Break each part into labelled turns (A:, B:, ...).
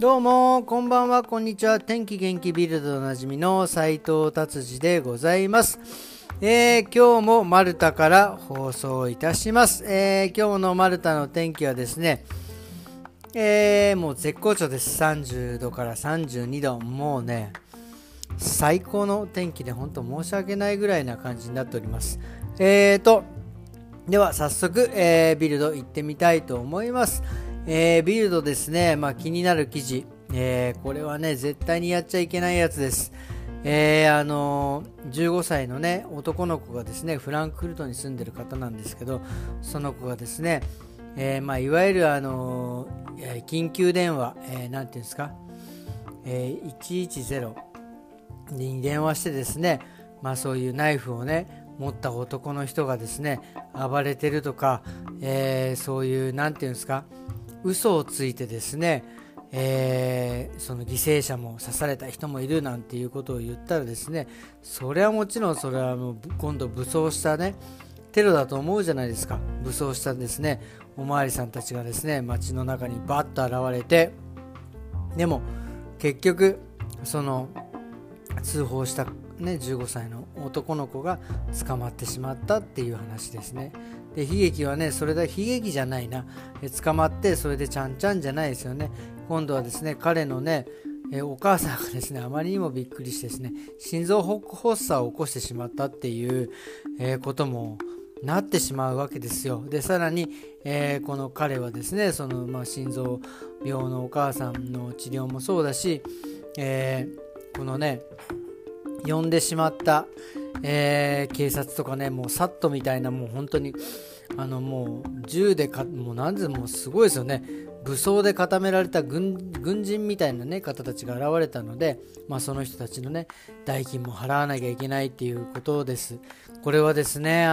A: どうもこんばんは、こんにちは。天気元気ビルドでおなじみの斉藤達治でございます。今日もマルタから放送いたします。今日のマルタの天気はですね、もう絶好調です。30度から32度、もうね最高の天気で本当申し訳ないぐらいな感じになっております。では早速、ビルド行ってみたいと思います。ビルドですね、気になる記事、これはね絶対にやっちゃいけないやつです。15歳のね男の子がですね、フランクフルトに住んでる方なんですけど、その子がですね、いわゆる緊急電話、なんていうんですか、110に電話してですね、そういうナイフをね持った男の人がですね暴れてるとか、そういうなんていうんですか、嘘をついてですね、その犠牲者も刺された人もいるなんていうことを言ったらですね、それはもちろんそれはもう今度武装したねテロだと思うじゃないですか。武装したですねおまわりさんたちがですね街の中にバッと現れて、でも結局その通報したね15歳の男の子が捕まってしまったっていう話ですね。で悲劇はね、それだけ悲劇じゃないな、捕まってそれでちゃんちゃんじゃないですよね。今度はですね彼のねお母さんがですねあまりにもびっくりしてですね心臓発作を起こしてしまったっていう、こともなってしまうわけですよ。でさらに、この彼はですねその、心臓病のお母さんの治療もそうだし、このね呼んでしまった、警察とかね、もうサットみたいな、もう本当にもう銃でもうなんでもうすごいですよね。武装で固められた軍人みたいな、ね、方たちが現れたので、その人たちのね代金も払わなきゃいけないっていうことです。これはですね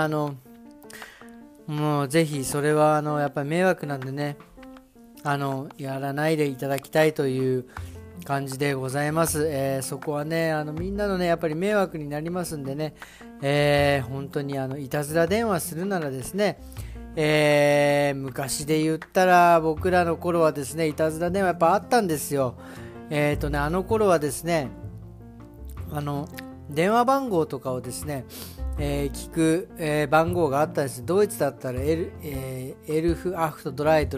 A: もうぜひそれはやっぱり迷惑なんでねやらないでいただきたいという感じでございます。そこはねみんなのねやっぱり迷惑になりますんでね、本当にいたずら電話するならですね、昔で言ったら僕らの頃はですねいたずら電話やっぱあったんですよ。あの頃はですね電話番号とかをですね、聞く、番号があったんです。ドイツだったらエルフアフトドライ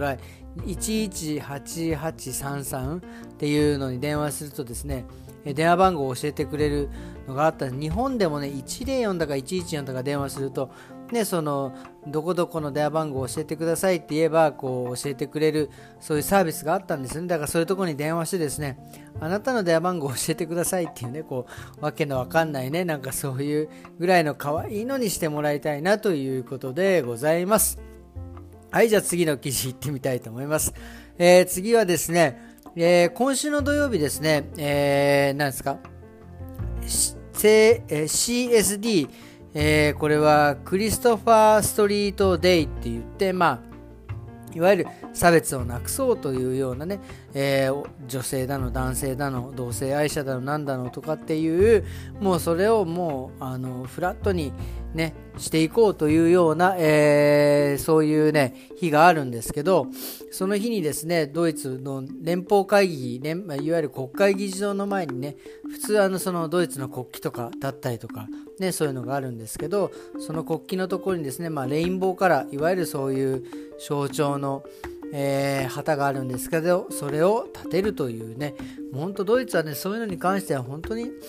A: 118833っていうのに電話するとですね、電話番号を教えてくれるのがあったんです。日本でもね104だか114だか電話するとね、そのどこどこの電話番号を教えてくださいって言えばこう教えてくれる、そういうサービスがあったんですよね。だからそういうところに電話してですね、あなたの電話番号を教えてくださいっていうね、こうわけのわかんないね、なんかそういうぐらいの可愛いのにしてもらいたいなということでございます。はい、じゃあ次の記事いってみたいと思います。次はですね、今週の土曜日ですね、何ですか、CSD、これはクリストファーストリートデイって言って、いわゆる差別をなくそうというようなね、女性だの男性だの同性愛者だのなんだのとかっていう、もうそれをもうフラットにねしていこうというような、そういうね日があるんですけど、その日にですねドイツの連邦会議、いわゆる国会議事堂の前にね、普通そのドイツの国旗とかだったりとかね、そういうのがあるんですけど、その国旗のところにですね、レインボーカラー、いわゆるそういう象徴の、旗があるんですけど、それを立てるというね、本当ドイツはねそういうのに関しては本当に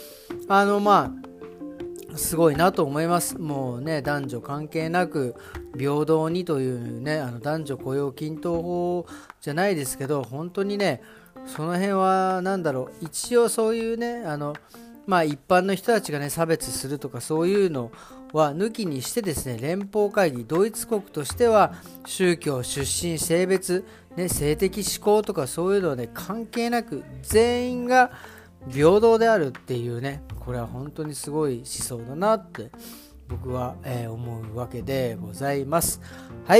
A: すごいなと思います。もうね男女関係なく平等にというね男女雇用均等法じゃないですけど、本当にねその辺はなんだろう、一応そういうね一般の人たちがね差別するとかそういうのは抜きにしてですね、連邦会議、ドイツ国としては宗教、出身、性別、ね、性的指向とかそういうのはね関係なく全員が平等であるっていうね、これは本当にすごい思想だなって僕は、思うわけでございます。はい、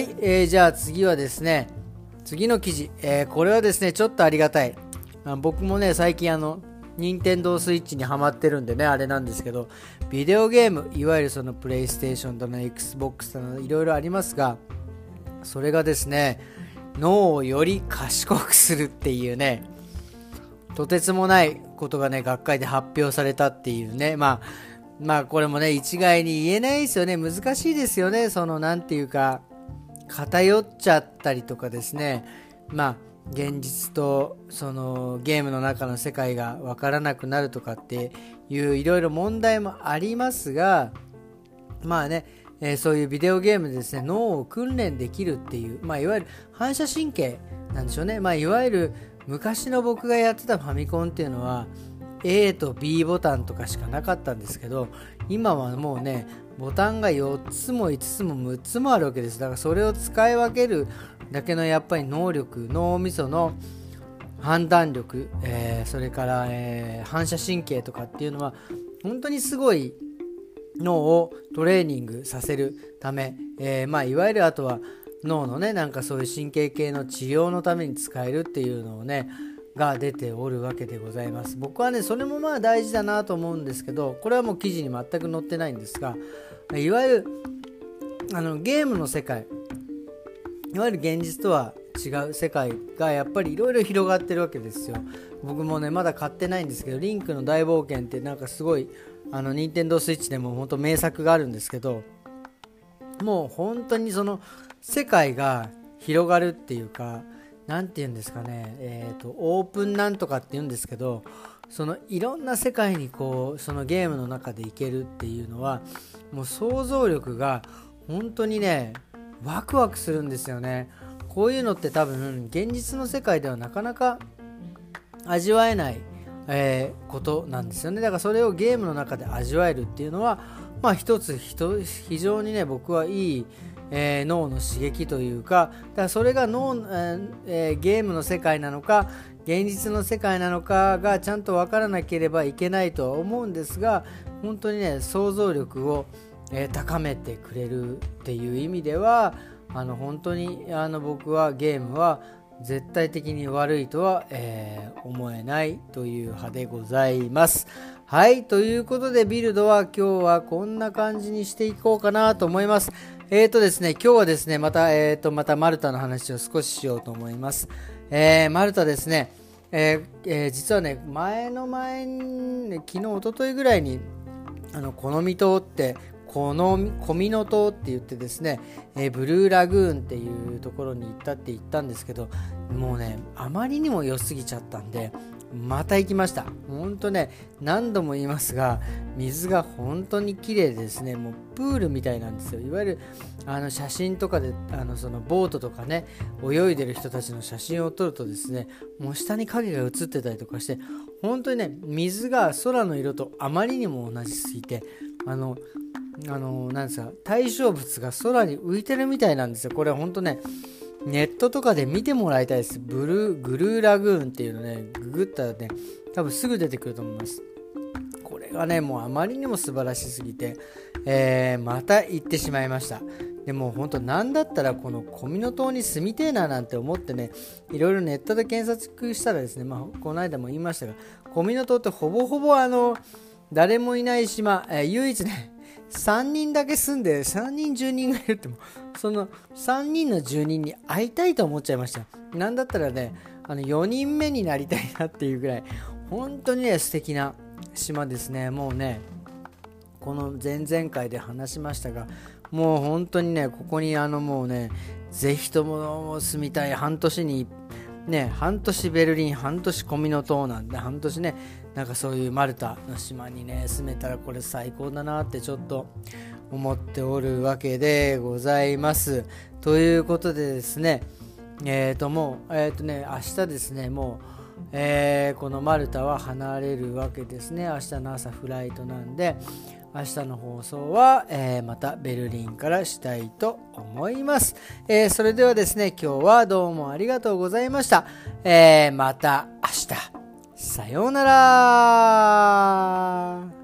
A: じゃあ次はですね、次の記事、これはですねちょっとありがたい。僕もね最近任天堂スイッチにハマってるんでねあれなんですけど、ビデオゲーム、いわゆるそのプレイステーションだの Xbox だのいろいろありますが、それがですね脳をより賢くするっていうね、 とてつもないことがね学会で発表されたっていうね、まあこれもね一概に言えないですよね。難しいですよね。そのなんていうか偏っちゃったりとかですね、現実とそのゲームの中の世界が分からなくなるとかっていういろいろ問題もありますが、そういうビデオゲームでですね脳を訓練できるっていう、いわゆる反射神経なんでしょうね。いわゆる昔の僕がやってたファミコンっていうのは A と B ボタンとかしかなかったんですけど、今はもうねボタンが4つも5つも6つもあるわけです。だからそれを使い分けるだけのやっぱり能力、脳みその判断力、それから、反射神経とかっていうのは本当にすごい脳をトレーニングさせるため、いわゆるあとは脳のねなんかそういう神経系の治療のために使えるっていうのをねが出ておるわけでございます。僕はねそれも大事だなと思うんですけど、これはもう記事に全く載ってないんですが、いわゆるゲームの世界、いわゆる現実とは違う世界がやっぱりいろいろ広がってるわけですよ。僕もねまだ買ってないんですけど、リンクの大冒険ってなんかすごい任天堂スイッチでも本当名作があるんですけど、もう本当にその世界が広がるっていうか、なんていうんですかね、オープンなんとかって言うんですけど、そのいろんな世界にこうそのゲームの中でいけるっていうのはもう想像力が本当にねワクワクするんですよね。こういうのって多分現実の世界ではなかなか味わえない、ことなんですよね。だからそれをゲームの中で味わえるっていうのは一つ非常にね僕はいい、脳の刺激というか、だからそれがゲームの世界なのか現実の世界なのかがちゃんと分からなければいけないとは思うんですが、本当にね想像力を高めてくれるっていう意味では本当に僕はゲームは絶対的に悪いとは、思えないという派でございます。はい、ということでビルドは今日はこんな感じにしていこうかなと思います。ですね、今日はですねまたマルタの話を少ししようと思います。マルタですね、実はね前に昨日一昨日ぐらいにコミノ島って言ってですね、ブルーラグーンっていうところに行ったんですけど、もうねあまりにも良すぎちゃったんでまた行きました。本当ね何度も言いますが水が本当に綺麗でですね、もうプールみたいなんですよ。いわゆる写真とかでそのボートとかね泳いでる人たちの写真を撮るとですね、もう下に影が映ってたりとかして本当にね水が空の色とあまりにも同じすぎてなんですか、対象物が空に浮いてるみたいなんですよ。これ本当ねネットとかで見てもらいたいです。グルーラグーンっていうのねググったらね多分すぐ出てくると思います。これがねもうあまりにも素晴らしすぎて、また行ってしまいました。でも本当なんだったらこのコミノ島に住みてえななんて思ってねいろいろネットで検索したらですね、この間も言いましたがコミノ島ってほぼほぼ誰もいない島、唯一ね3人だけ住んで3人住人がいるって、もその3人の住人に会いたいと思っちゃいました。なんだったらね4人目になりたいなっていうぐらい本当にね素敵な島ですね。もうねこの前々回で話しましたが、もう本当にねここにもうねぜひとも住みたい。半年ベルリン半年コミノ島なんで、半年ねなんかそういうマルタの島にね住めたらこれ最高だなってちょっと思っておるわけでございます。ということでですねもう明日ですねもう、このマルタは離れるわけですね。明日の朝フライトなんで明日の放送は、またベルリンからしたいと思います。それではですね今日はどうもありがとうございました。また明日さようなら。